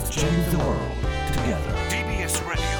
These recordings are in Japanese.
change the world together. TBS Radio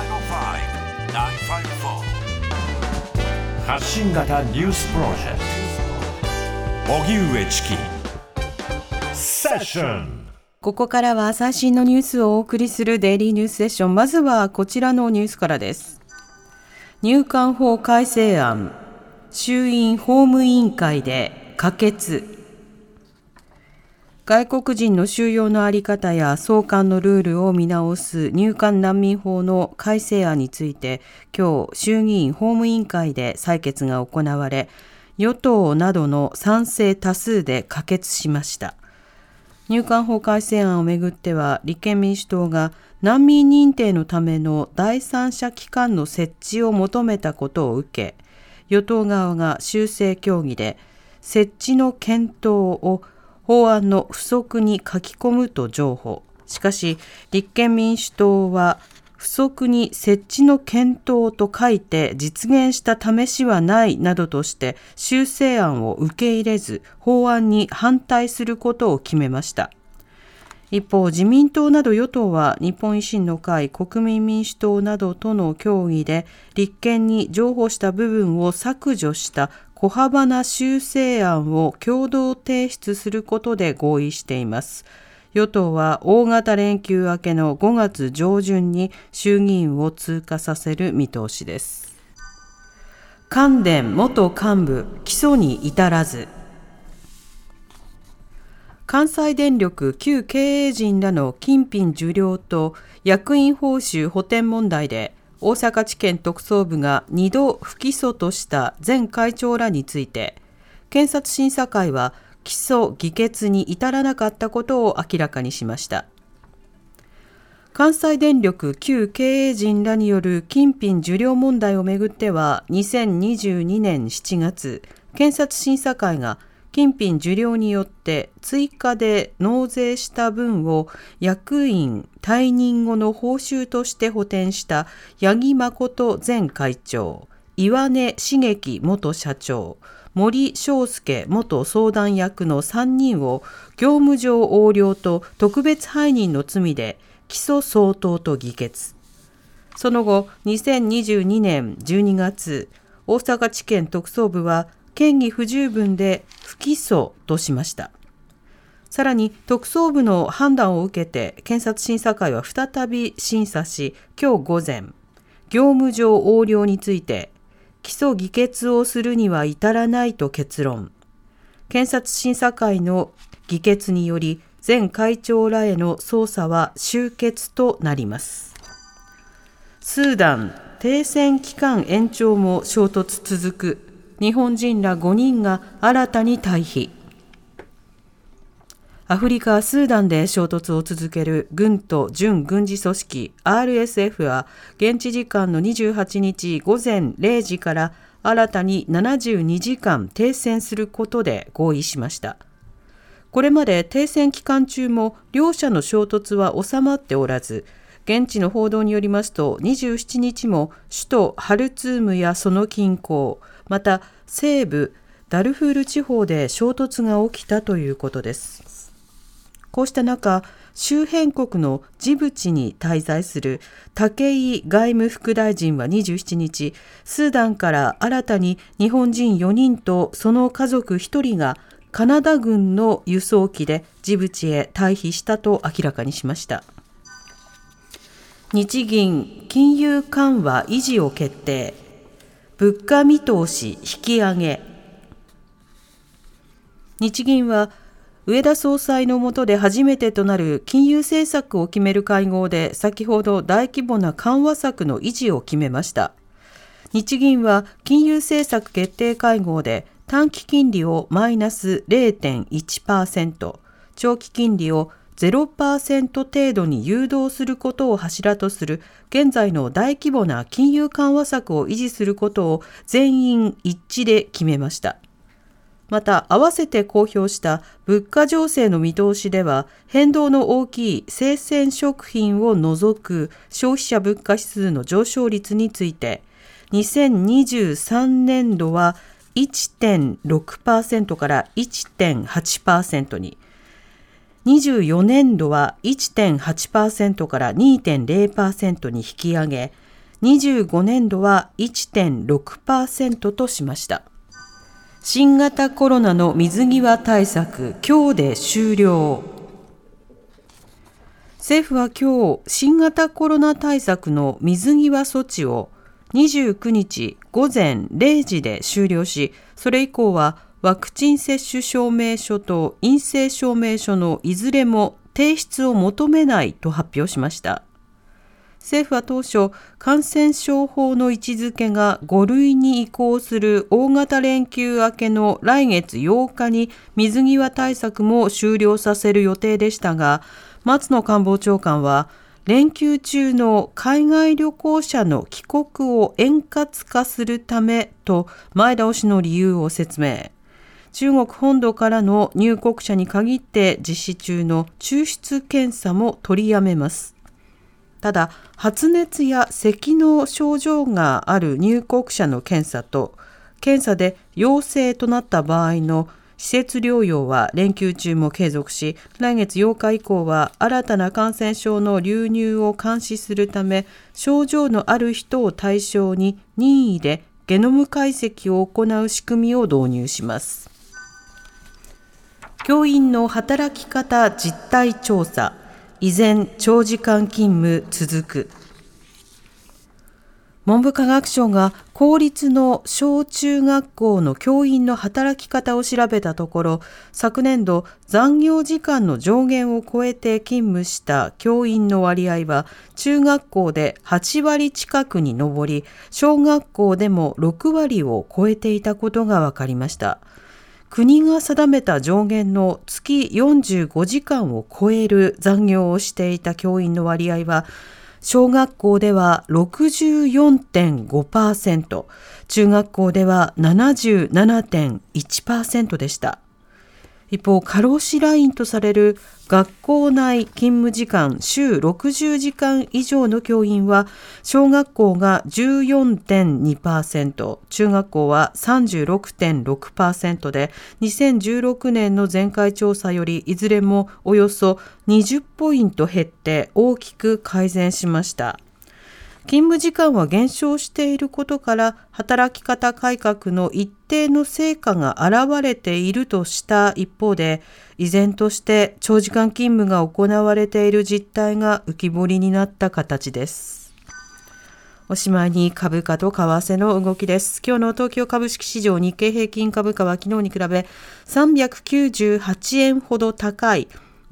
905-954 発信型ニュースプロジェクト荻上チキセッション。 ここからは最新のニュースをお送りするデイリーニュースセッション。まずはこちらのニュースからです。入管法改正案、衆院法務委員会で可決。外国人の収容のあり方や送還のルールを見直す入管難民法の改正案について、今日衆議院法務委員会で採決が行われ、与党などの賛成多数で可決しました。入管法改正案をめぐっては、立憲民主党が難民認定のための第三者機関の設置を求めたことを受け、与党側が修正協議で設置の検討を法案の付則に書き込むと譲歩。しかし立憲民主党は付則に設置の検討と書いて実現した試しはないなどとして修正案を受け入れず、法案に反対することを決めました。一方、自民党など与党は日本維新の会、国民民主党などとの協議で立憲に譲歩した部分を削除した小幅な修正案を共同提出することで合意しています。与党は大型連休明けの5月上旬に衆議院を通過させる見通しです。関電元幹部起訴に至らず。関西電力旧経営陣らの金品受領と役員報酬補填問題で、大阪地検特捜部が2度不起訴とした前会長らについて、検察審査会は起訴議決に至らなかったことを明らかにしました。関西電力旧経営陣らによる金品受領問題をめぐっては、2022年7月、検察審査会が金品受領によって追加で納税した分を役員退任後の報酬として補填した八木誠前会長、岩根茂樹元社長、森章介元相談役の3人を業務上横領と特別背任の罪で起訴相当と議決。その後、2022年12月、大阪地検特捜部は嫌疑不十分で不起訴としました。さらに特捜部の判断を受けて検察審査会は再び審査し、今日午前、業務上横領について起訴議決をするには至らないと結論。検察審査会の議決により前会長らへの捜査は終結となります。スーダン停戦期間延長も衝突続く。日本人ら5人が新たに退避。アフリカ・スーダンで衝突を続ける軍と準軍事組織 RSF は現地時間の28日午前0時から新たに72時間停戦することで合意しました。これまで停戦期間中も両者の衝突は収まっておらず、現地の報道によりますと27日も首都ハルツームやその近郊、また西部ダルフール地方で衝突が起きたということです。こうした中、周辺国のジブチに滞在する武井外務副大臣は27日、スーダンから新たに日本人4人とその家族1人がカナダ軍の輸送機でジブチへ退避したと明らかにしました。日銀金融緩和維持を決定。物価見通し引き上げ。日銀は植田総裁の下で初めてとなる金融政策を決める会合で先ほど大規模な緩和策の維持を決めました。日銀は金融政策決定会合で短期金利をマイナス 0.1%、長期金利を0% 程度に誘導することを柱とする現在の大規模な金融緩和策を維持することを全員一致で決めました。また、合わせて公表した物価情勢の見通しでは、変動の大きい生鮮食品を除く消費者物価指数の上昇率について、2023年度は 1.6% から 1.8% に、 24年度は 1.8% から 2.0% に引き上げ、25年度は 1.6% としました。新型コロナの水際対策、今日で終了。政府は今日、新型コロナ対策の水際措置を29日午前0時で終了し、それ以降はワクチン接種証明書と陰性証明書のいずれも提出を求めないと発表しました。政府は当初、感染症法の位置づけが5類に移行する大型連休明けの来月8日に水際対策も終了させる予定でしたが、松野官房長官は、連休中の海外旅行者の帰国を円滑化するためと前倒しの理由を説明。中国本土からの入国者に限って実施中の抽出検査も取りやめます。ただ、発熱や咳の症状がある入国者の検査と、検査で陽性となった場合の施設療養は連休中も継続し、来月8日以降は新たな感染症の流入を監視するため、症状のある人を対象に任意でゲノム解析を行う仕組みを導入します。教員の働き方実態調査、依然長時間勤務続く。文部科学省が公立の小中学校の教員の働き方を調べたところ、昨年度残業時間の上限を超えて勤務した教員の割合は中学校で8割近くに上り、小学校でも6割を超えていたことが分かりました。国が定めた上限の月45時間を超える残業をしていた教員の割合は、小学校では 64.5%、中学校では 77.1% でした。一方、過労死ラインとされる学校内勤務時間週60時間以上の教員は、小学校が 14.2%、中学校は 36.6% で、2016年の前回調査よりいずれもおよそ20ポイント減って大きく改善しました。勤務時間は減少していることから、働き方改革の一定の成果が現れているとした一方で、依然として長時間勤務が行われている実態が浮き彫りになった形です。おしまいに株価と為替の動きです。今日の東京株式市場日経平均株価は昨日に比べ398円ほど高い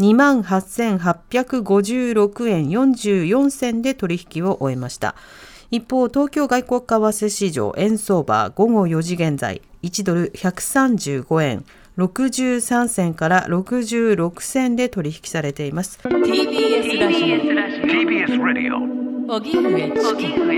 28,856円44銭で取引を終えました。一方、東京外国為替市場円相場午後4時現在、1ドル135円63銭から66銭で取引されています。TBS ラジオ TBS ラジオ荻上チキセッション。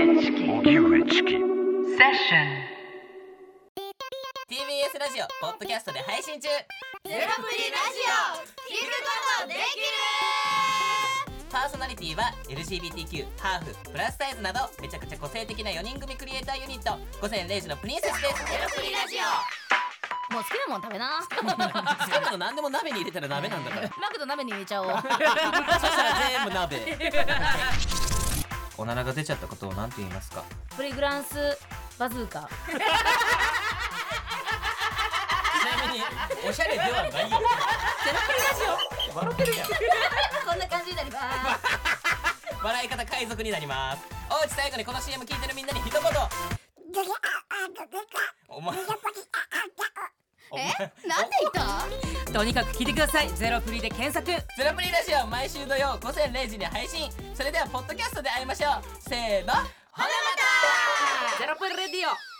TBS ラジオポッドキャストで配信中。 ゼロプリラジオ聞くことできる。 パーソナリティは LGBTQ、ハーフ、プラスサイズなどめちゃくちゃ個性的な4人組クリエイターユニット午前0時のプリンセスです。 ゼロプリラジオもう好きなもん食べな。 好きなの何でも鍋に入れたら鍋なんだからマクド鍋に入れちゃおう。 そしたら全部鍋。おならが出ちゃったことを何て言いますか？ プリグランスバズーカ。 ちなみにおしゃれではないよ。ゼロプリラジオ笑ってるやん。 こんな感じになります。 笑い方海賊になります。おうち最後にこの CM 聞いてるみんなに一言。お前なんで言った？ とにかく聞いてください。ゼロプリで検索。 ゼロプリラジオ毎週土曜午前0時に配信。それではポッドキャストで会いましょう。せーの、ほなまた。 ゼロプリレディオ。